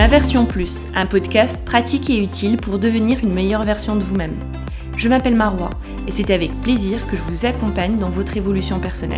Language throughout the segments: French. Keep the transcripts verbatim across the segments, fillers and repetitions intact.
Ma Version Plus, un podcast pratique et utile pour devenir une meilleure version de vous-même. Je m'appelle Marois et c'est avec plaisir que je vous accompagne dans votre évolution personnelle.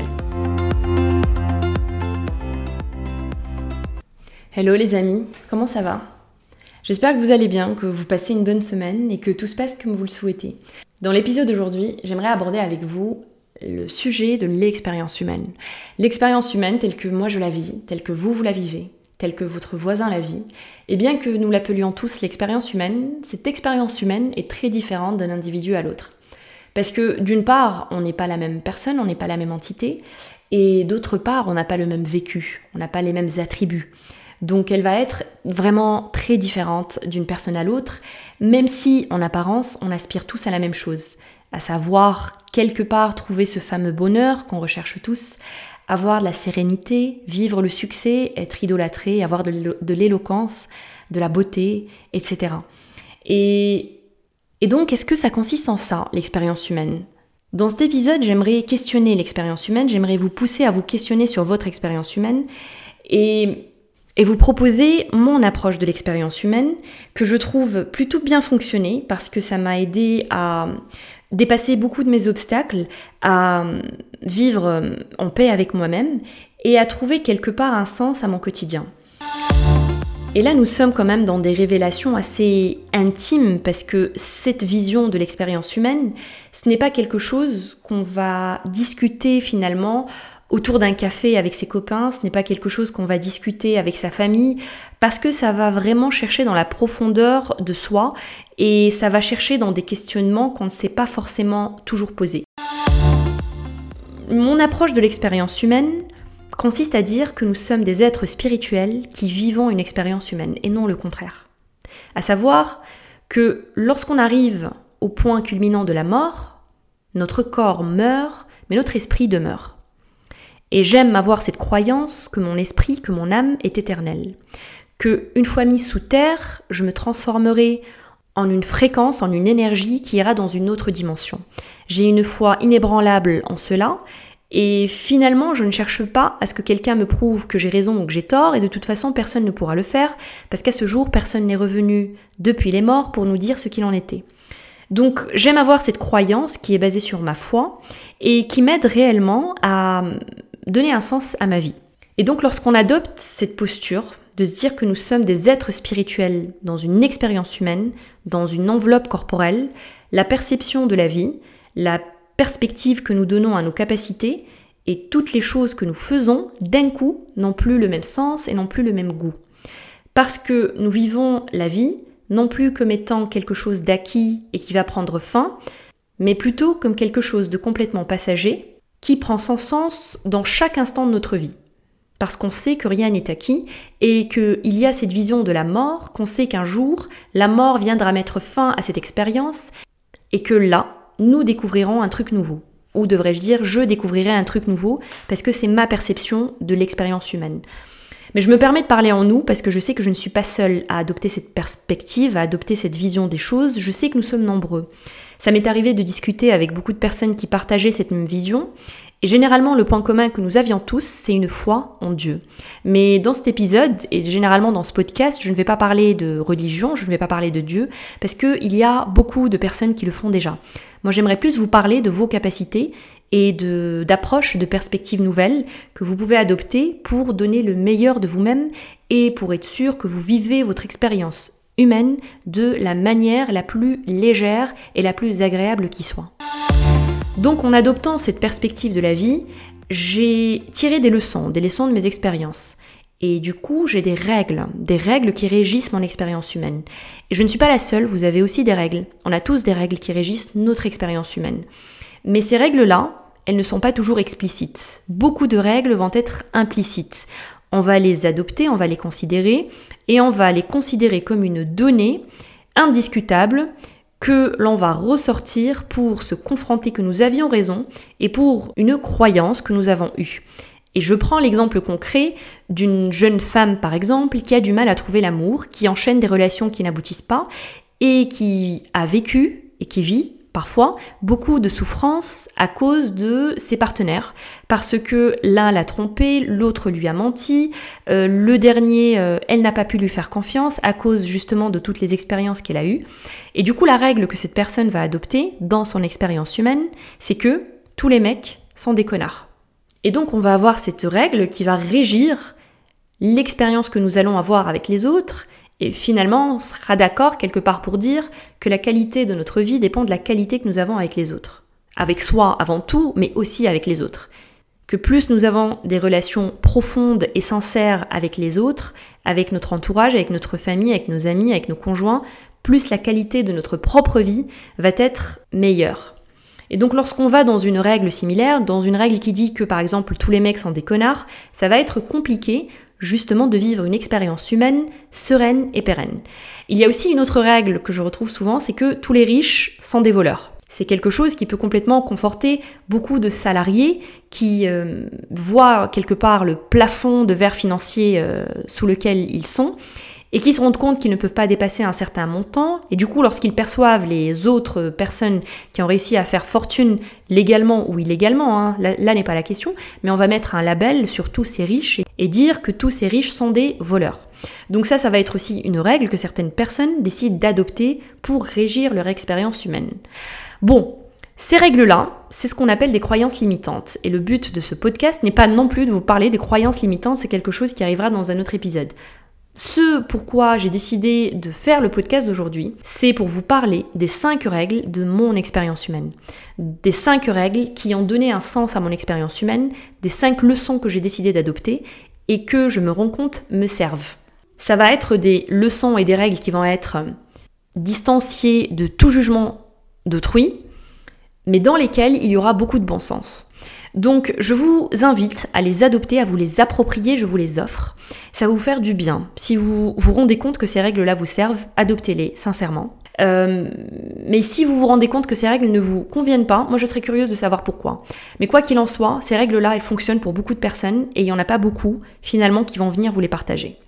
Hello les amis, comment ça va ? J'espère que vous allez bien, que vous passez une bonne semaine et que tout se passe comme vous le souhaitez. Dans l'épisode d'aujourd'hui, j'aimerais aborder avec vous le sujet de l'expérience humaine. L'expérience humaine telle que moi je la vis, telle que vous, vous la vivez, telle que votre voisin la vit, et bien que nous l'appelions tous l'expérience humaine, cette expérience humaine est très différente d'un individu à l'autre. Parce que d'une part, on n'est pas la même personne, on n'est pas la même entité, et d'autre part, on n'a pas le même vécu, on n'a pas les mêmes attributs. Donc elle va être vraiment très différente d'une personne à l'autre, même si en apparence, on aspire tous à la même chose, à savoir quelque part trouver ce fameux bonheur qu'on recherche tous, avoir de la sérénité, vivre le succès, être idolâtré, avoir de, l'élo- de l'éloquence, de la beauté, et cetera. Et, et donc, est-ce que ça consiste en ça, l'expérience humaine ? Dans cet épisode, j'aimerais questionner l'expérience humaine, j'aimerais vous pousser à vous questionner sur votre expérience humaine et, et vous proposer mon approche de l'expérience humaine que je trouve plutôt bien fonctionner parce que ça m'a aidé à dépasser beaucoup de mes obstacles, à vivre en paix avec moi-même et à trouver quelque part un sens à mon quotidien. Et là, nous sommes quand même dans des révélations assez intimes parce que cette vision de l'expérience humaine, ce n'est pas quelque chose qu'on va discuter finalement autour d'un café avec ses copains, ce n'est pas quelque chose qu'on va discuter avec sa famille, parce que ça va vraiment chercher dans la profondeur de soi et ça va chercher dans des questionnements qu'on ne s'est pas forcément toujours posés. Mon approche de l'expérience humaine consiste à dire que nous sommes des êtres spirituels qui vivons une expérience humaine et non le contraire. À savoir que lorsqu'on arrive au point culminant de la mort, notre corps meurt, mais notre esprit demeure. Et j'aime avoir cette croyance que mon esprit, que mon âme est éternelle. Que une fois mis sous terre, je me transformerai en une fréquence, en une énergie qui ira dans une autre dimension. J'ai une foi inébranlable en cela et finalement je ne cherche pas à ce que quelqu'un me prouve que j'ai raison ou que j'ai tort et de toute façon personne ne pourra le faire parce qu'à ce jour personne n'est revenu depuis les morts pour nous dire ce qu'il en était. Donc j'aime avoir cette croyance qui est basée sur ma foi et qui m'aide réellement à donner un sens à ma vie. Et donc lorsqu'on adopte cette posture de se dire que nous sommes des êtres spirituels dans une expérience humaine, dans une enveloppe corporelle, la perception de la vie, la perspective que nous donnons à nos capacités et toutes les choses que nous faisons d'un coup n'ont plus le même sens et n'ont plus le même goût. Parce que nous vivons la vie non plus comme étant quelque chose d'acquis et qui va prendre fin, mais plutôt comme quelque chose de complètement passager qui prend son sens dans chaque instant de notre vie. Parce qu'on sait que rien n'est acquis et qu'il y a cette vision de la mort, qu'on sait qu'un jour, la mort viendra mettre fin à cette expérience et que là, nous découvrirons un truc nouveau. Ou devrais-je dire, je découvrirai un truc nouveau parce que c'est ma perception de l'expérience humaine. Mais je me permets de parler en nous parce que je sais que je ne suis pas seule à adopter cette perspective, à adopter cette vision des choses. Je sais que nous sommes nombreux. Ça m'est arrivé de discuter avec beaucoup de personnes qui partageaient cette même vision. Et généralement, le point commun que nous avions tous, c'est une foi en Dieu. Mais dans cet épisode, et généralement dans ce podcast, je ne vais pas parler de religion, je ne vais pas parler de Dieu, parce qu'il y a beaucoup de personnes qui le font déjà. Moi, j'aimerais plus vous parler de vos capacités et de, d'approches, de perspectives nouvelles que vous pouvez adopter pour donner le meilleur de vous-même et pour être sûr que vous vivez votre expérience humaine de la manière la plus légère et la plus agréable qui soit. Donc en adoptant cette perspective de la vie, j'ai tiré des leçons, des leçons de mes expériences. Et du coup, j'ai des règles, des règles qui régissent mon expérience humaine. Et je ne suis pas la seule, vous avez aussi des règles. On a tous des règles qui régissent notre expérience humaine. Mais ces règles-là, elles ne sont pas toujours explicites. Beaucoup de règles vont être implicites. On va les adopter, on va les considérer, et on va les considérer comme une donnée indiscutable que l'on va ressortir pour se confronter que nous avions raison et pour une croyance que nous avons eue. Et je prends l'exemple concret d'une jeune femme, par exemple, qui a du mal à trouver l'amour, qui enchaîne des relations qui n'aboutissent pas et qui a vécu et qui vit parfois beaucoup de souffrance à cause de ses partenaires, parce que l'un l'a trompé, l'autre lui a menti, euh, le dernier, euh, elle n'a pas pu lui faire confiance à cause justement de toutes les expériences qu'elle a eues. Et du coup, la règle que cette personne va adopter dans son expérience humaine, c'est que tous les mecs sont des connards. Et donc, on va avoir cette règle qui va régir l'expérience que nous allons avoir avec les autres. Et finalement, on sera d'accord quelque part pour dire que la qualité de notre vie dépend de la qualité que nous avons avec les autres. Avec soi avant tout, mais aussi avec les autres. Que plus nous avons des relations profondes et sincères avec les autres, avec notre entourage, avec notre famille, avec nos amis, avec nos conjoints, plus la qualité de notre propre vie va être meilleure. Et donc lorsqu'on va dans une règle similaire, dans une règle qui dit que par exemple tous les mecs sont des connards, ça va être compliqué justement de vivre une expérience humaine sereine et pérenne. Il y a aussi une autre règle que je retrouve souvent, c'est que tous les riches sont des voleurs. C'est quelque chose qui peut complètement conforter beaucoup de salariés qui euh, voient quelque part le plafond de verre financier euh, sous lequel ils sont et qui se rendent compte qu'ils ne peuvent pas dépasser un certain montant. Et du coup, lorsqu'ils perçoivent les autres personnes qui ont réussi à faire fortune légalement ou illégalement, hein, là, là n'est pas la question, mais on va mettre un label sur tous ces riches et dire que tous ces riches sont des voleurs. Donc ça, ça va être aussi une règle que certaines personnes décident d'adopter pour régir leur expérience humaine. Bon, ces règles-là, c'est ce qu'on appelle des croyances limitantes. Et le but de ce podcast n'est pas non plus de vous parler des croyances limitantes, c'est quelque chose qui arrivera dans un autre épisode. Ce pourquoi j'ai décidé de faire le podcast d'aujourd'hui, c'est pour vous parler des cinq règles de mon expérience humaine. Des cinq règles qui ont donné un sens à mon expérience humaine, des cinq leçons que j'ai décidé d'adopter et que je me rends compte me servent. Ça va être des leçons et des règles qui vont être distanciées de tout jugement d'autrui, mais dans lesquelles il y aura beaucoup de bon sens. Donc je vous invite à les adopter, à vous les approprier, je vous les offre. Ça va vous faire du bien. Si vous vous rendez compte que ces règles-là vous servent, adoptez-les, sincèrement. Euh, mais si vous vous rendez compte que ces règles ne vous conviennent pas, moi je serais curieuse de savoir pourquoi. Mais quoi qu'il en soit, ces règles-là, elles fonctionnent pour beaucoup de personnes et il n'y en a pas beaucoup, finalement, qui vont venir vous les partager.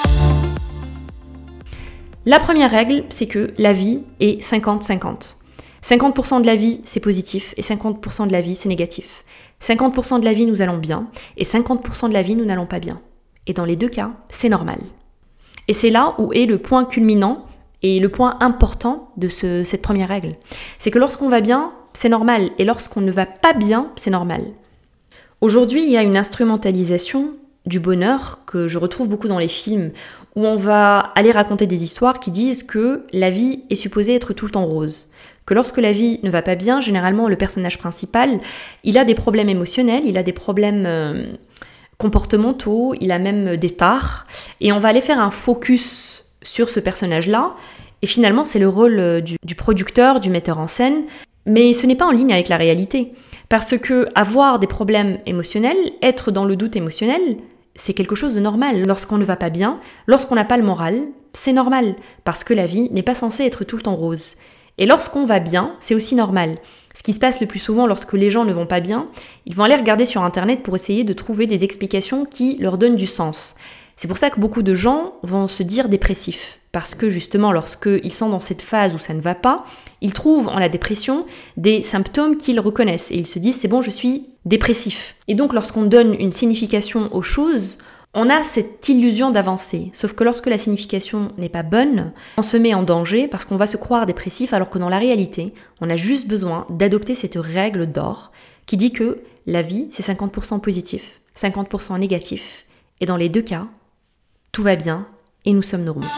La première règle, c'est que la vie est cinquante cinquante. cinquante pour cent de la vie, c'est positif et cinquante pour cent de la vie, c'est négatif. cinquante pour cent de la vie, nous allons bien et cinquante pour cent de la vie, nous n'allons pas bien. Et dans les deux cas, c'est normal. Et c'est là où est le point culminant et le point important de ce, cette première règle. C'est que lorsqu'on va bien, c'est normal. Et lorsqu'on ne va pas bien, c'est normal. Aujourd'hui, il y a une instrumentalisation du bonheur que je retrouve beaucoup dans les films où on va aller raconter des histoires qui disent que la vie est supposée être tout le temps rose. Que lorsque la vie ne va pas bien, généralement le personnage principal, il a des problèmes émotionnels, il a des problèmes euh, comportementaux, il a même des tares, et on va aller faire un focus sur ce personnage-là, et finalement c'est le rôle du, du producteur, du metteur en scène, mais ce n'est pas en ligne avec la réalité, parce que avoir des problèmes émotionnels, être dans le doute émotionnel, c'est quelque chose de normal. Lorsqu'on ne va pas bien, lorsqu'on n'a pas le moral, c'est normal, parce que la vie n'est pas censée être tout le temps rose. Et lorsqu'on va bien, c'est aussi normal. Ce qui se passe le plus souvent lorsque les gens ne vont pas bien, ils vont aller regarder sur Internet pour essayer de trouver des explications qui leur donnent du sens. C'est pour ça que beaucoup de gens vont se dire dépressifs. Parce que justement, lorsqu'ils sont dans cette phase où ça ne va pas, ils trouvent en la dépression des symptômes qu'ils reconnaissent. Et ils se disent, c'est bon, je suis dépressif. Et donc, lorsqu'on donne une signification aux choses, on a cette illusion d'avancer, sauf que lorsque la signification n'est pas bonne, on se met en danger parce qu'on va se croire dépressif alors que dans la réalité, on a juste besoin d'adopter cette règle d'or qui dit que la vie, c'est cinquante pour cent positif, cinquante pour cent négatif. Et dans les deux cas, tout va bien et nous sommes normaux.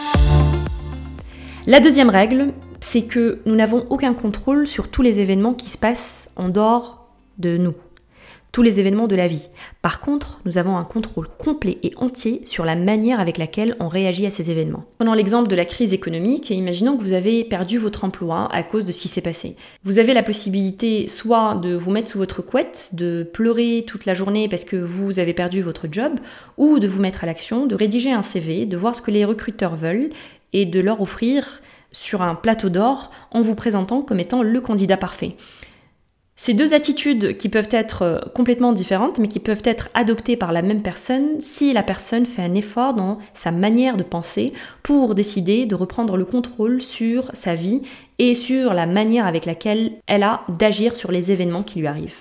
La deuxième règle, c'est que nous n'avons aucun contrôle sur tous les événements qui se passent en dehors de nous. Tous les événements de la vie. Par contre, nous avons un contrôle complet et entier sur la manière avec laquelle on réagit à ces événements. Prenons l'exemple de la crise économique et imaginons que vous avez perdu votre emploi à cause de ce qui s'est passé. Vous avez la possibilité soit de vous mettre sous votre couette, de pleurer toute la journée parce que vous avez perdu votre job, ou de vous mettre à l'action, de rédiger un C V, de voir ce que les recruteurs veulent et de leur offrir sur un plateau d'or en vous présentant comme étant le candidat parfait. Ces deux attitudes qui peuvent être complètement différentes, mais qui peuvent être adoptées par la même personne si la personne fait un effort dans sa manière de penser pour décider de reprendre le contrôle sur sa vie et sur la manière avec laquelle elle a d'agir sur les événements qui lui arrivent.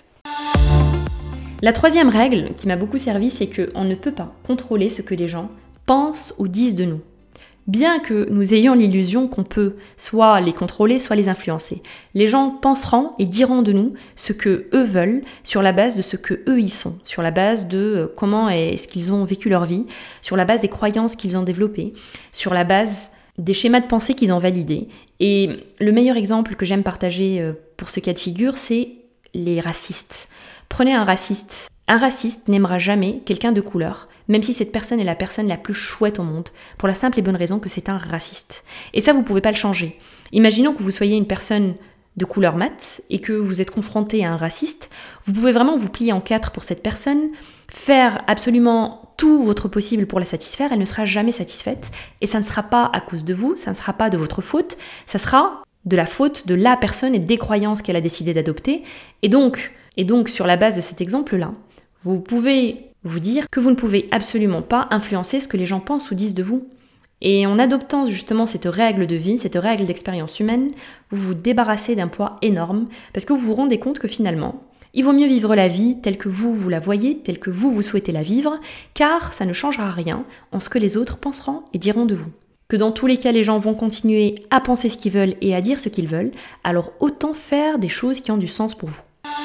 La troisième règle qui m'a beaucoup servi, c'est qu'on ne peut pas contrôler ce que les gens pensent ou disent de nous. Bien que nous ayons l'illusion qu'on peut soit les contrôler, soit les influencer. Les gens penseront et diront de nous ce que eux veulent sur la base de ce que eux y sont, sur la base de comment est-ce qu'ils ont vécu leur vie, sur la base des croyances qu'ils ont développées, sur la base des schémas de pensée qu'ils ont validés. Et le meilleur exemple que j'aime partager pour ce cas de figure, c'est les racistes. Prenez un raciste. Un raciste n'aimera jamais quelqu'un de couleur, même si cette personne est la personne la plus chouette au monde, pour la simple et bonne raison que c'est un raciste. Et ça, vous ne pouvez pas le changer. Imaginons que vous soyez une personne de couleur mate et que vous êtes confronté à un raciste. Vous pouvez vraiment vous plier en quatre pour cette personne, faire absolument tout votre possible pour la satisfaire. Elle ne sera jamais satisfaite et ça ne sera pas à cause de vous, ça ne sera pas de votre faute, ça sera de la faute de la personne et des croyances qu'elle a décidé d'adopter. Et donc, et donc sur la base de cet exemple-là, vous pouvez vous dire que vous ne pouvez absolument pas influencer ce que les gens pensent ou disent de vous. Et en adoptant justement cette règle de vie, cette règle d'expérience humaine, vous vous débarrassez d'un poids énorme parce que vous vous rendez compte que finalement, il vaut mieux vivre la vie telle que vous, vous la voyez, telle que vous, vous souhaitez la vivre, car ça ne changera rien en ce que les autres penseront et diront de vous. Que dans tous les cas, les gens vont continuer à penser ce qu'ils veulent et à dire ce qu'ils veulent, alors autant faire des choses qui ont du sens pour vous.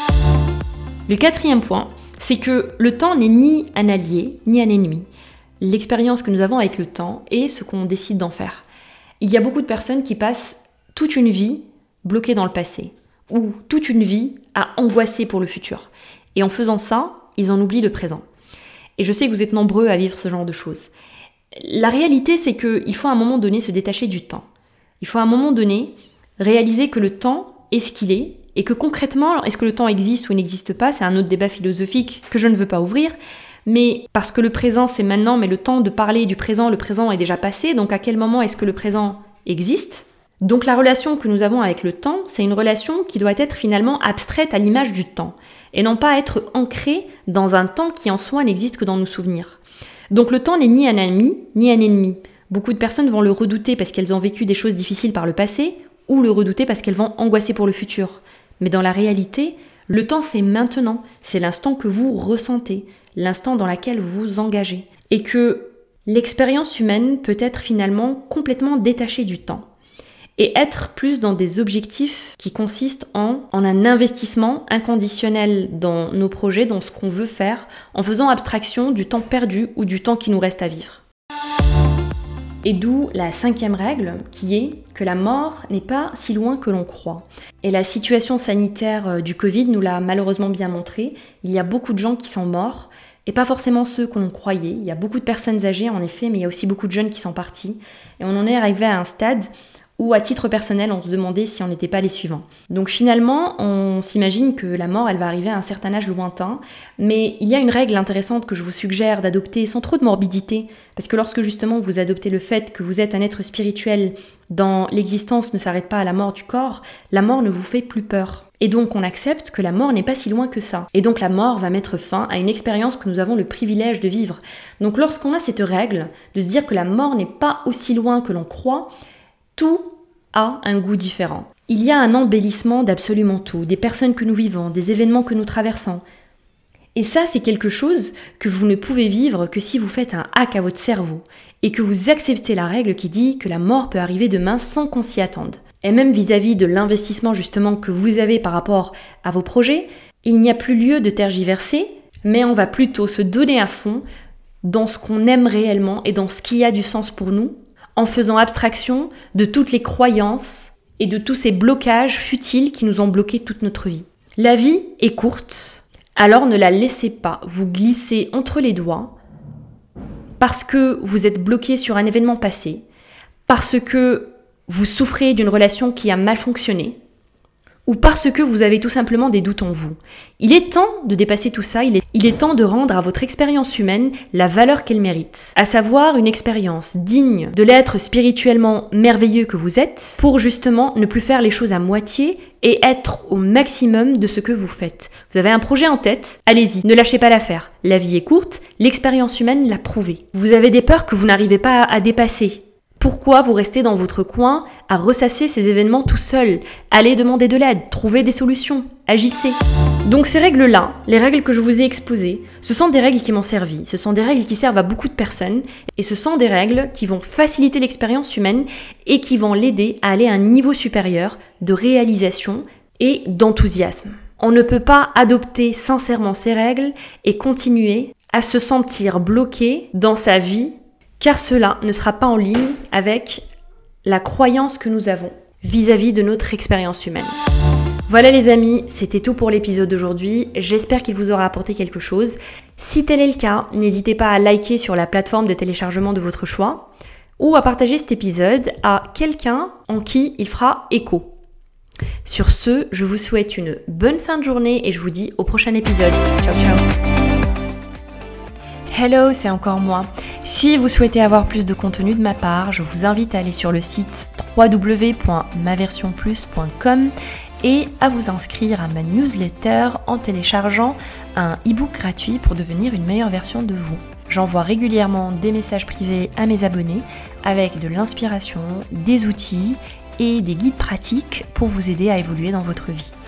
Le quatrième point, c'est que le temps n'est ni un allié, ni un ennemi. L'expérience que nous avons avec le temps est ce qu'on décide d'en faire. Il y a beaucoup de personnes qui passent toute une vie bloquées dans le passé, ou toute une vie à angoisser pour le futur. Et en faisant ça, ils en oublient le présent. Et je sais que vous êtes nombreux à vivre ce genre de choses. La réalité, c'est qu'il faut à un moment donné se détacher du temps. Il faut à un moment donné réaliser que le temps est ce qu'il est, et que concrètement, est-ce que le temps existe ou n'existe pas, c'est un autre débat philosophique que je ne veux pas ouvrir, mais parce que le présent c'est maintenant, mais le temps de parler du présent, le présent est déjà passé, donc à quel moment est-ce que le présent existe ? Donc la relation que nous avons avec le temps, c'est une relation qui doit être finalement abstraite à l'image du temps, et non pas être ancrée dans un temps qui en soi n'existe que dans nos souvenirs. Donc le temps n'est ni un ami, ni un ennemi. Beaucoup de personnes vont le redouter parce qu'elles ont vécu des choses difficiles par le passé, ou le redouter parce qu'elles vont angoisser pour le futur. Mais dans la réalité, le temps c'est maintenant, c'est l'instant que vous ressentez, l'instant dans lequel vous vous engagez. Et que l'expérience humaine peut être finalement complètement détachée du temps. Et être plus dans des objectifs qui consistent en, en un investissement inconditionnel dans nos projets, dans ce qu'on veut faire, en faisant abstraction du temps perdu ou du temps qui nous reste à vivre. Et d'où la cinquième règle, qui est que la mort n'est pas si loin que l'on croit. Et la situation sanitaire du Covid nous l'a malheureusement bien montré. Il y a beaucoup de gens qui sont morts, et pas forcément ceux que l'on croyait. Il y a beaucoup de personnes âgées, en effet, mais il y a aussi beaucoup de jeunes qui sont partis. Et on en est arrivé à un stade où, à titre personnel, on se demandait si on n'était pas les suivants. Donc finalement, on s'imagine que la mort, elle va arriver à un certain âge lointain, mais il y a une règle intéressante que je vous suggère d'adopter sans trop de morbidité, parce que lorsque justement vous adoptez le fait que vous êtes un être spirituel dont l'existence ne s'arrête pas à la mort du corps, la mort ne vous fait plus peur. Et donc on accepte que la mort n'est pas si loin que ça. Et donc la mort va mettre fin à une expérience que nous avons le privilège de vivre. Donc lorsqu'on a cette règle de se dire que la mort n'est pas aussi loin que l'on croit, tout a un goût différent. Il y a un embellissement d'absolument tout, des personnes que nous vivons, des événements que nous traversons. Et ça, c'est quelque chose que vous ne pouvez vivre que si vous faites un hack à votre cerveau et que vous acceptez la règle qui dit que la mort peut arriver demain sans qu'on s'y attende. Et même vis-à-vis de l'investissement justement que vous avez par rapport à vos projets, il n'y a plus lieu de tergiverser, mais on va plutôt se donner à fond dans ce qu'on aime réellement et dans ce qui a du sens pour nous, en faisant abstraction de toutes les croyances et de tous ces blocages futiles qui nous ont bloqué toute notre vie. La vie est courte, alors ne la laissez pas vous glisser entre les doigts parce que vous êtes bloqué sur un événement passé, parce que vous souffrez d'une relation qui a mal fonctionné, ou parce que vous avez tout simplement des doutes en vous. Il est temps de dépasser tout ça, il est, il est temps de rendre à votre expérience humaine la valeur qu'elle mérite, à savoir une expérience digne de l'être spirituellement merveilleux que vous êtes, pour justement ne plus faire les choses à moitié et être au maximum de ce que vous faites. Vous avez un projet en tête, allez-y, ne lâchez pas l'affaire. La vie est courte, l'expérience humaine l'a prouvé. Vous avez des peurs que vous n'arrivez pas à dépasser. Pourquoi vous restez dans votre coin à ressasser ces événements tout seul? Allez demander de l'aide, trouvez des solutions, agissez. Donc ces règles-là, les règles que je vous ai exposées, ce sont des règles qui m'ont servi, ce sont des règles qui servent à beaucoup de personnes et ce sont des règles qui vont faciliter l'expérience humaine et qui vont l'aider à aller à un niveau supérieur de réalisation et d'enthousiasme. On ne peut pas adopter sincèrement ces règles et continuer à se sentir bloqué dans sa vie, car cela ne sera pas en ligne avec la croyance que nous avons vis-à-vis de notre expérience humaine. Voilà les amis, c'était tout pour l'épisode d'aujourd'hui. J'espère qu'il vous aura apporté quelque chose. Si tel est le cas, n'hésitez pas à liker sur la plateforme de téléchargement de votre choix ou à partager cet épisode à quelqu'un en qui il fera écho. Sur ce, je vous souhaite une bonne fin de journée et je vous dis au prochain épisode. Ciao ciao. Hello, c'est encore moi. Si vous souhaitez avoir plus de contenu de ma part, je vous invite à aller sur le site w w w point ma version plus point com et à vous inscrire à ma newsletter en téléchargeant un e-book gratuit pour devenir une meilleure version de vous. J'envoie régulièrement des messages privés à mes abonnés avec de l'inspiration, des outils et des guides pratiques pour vous aider à évoluer dans votre vie.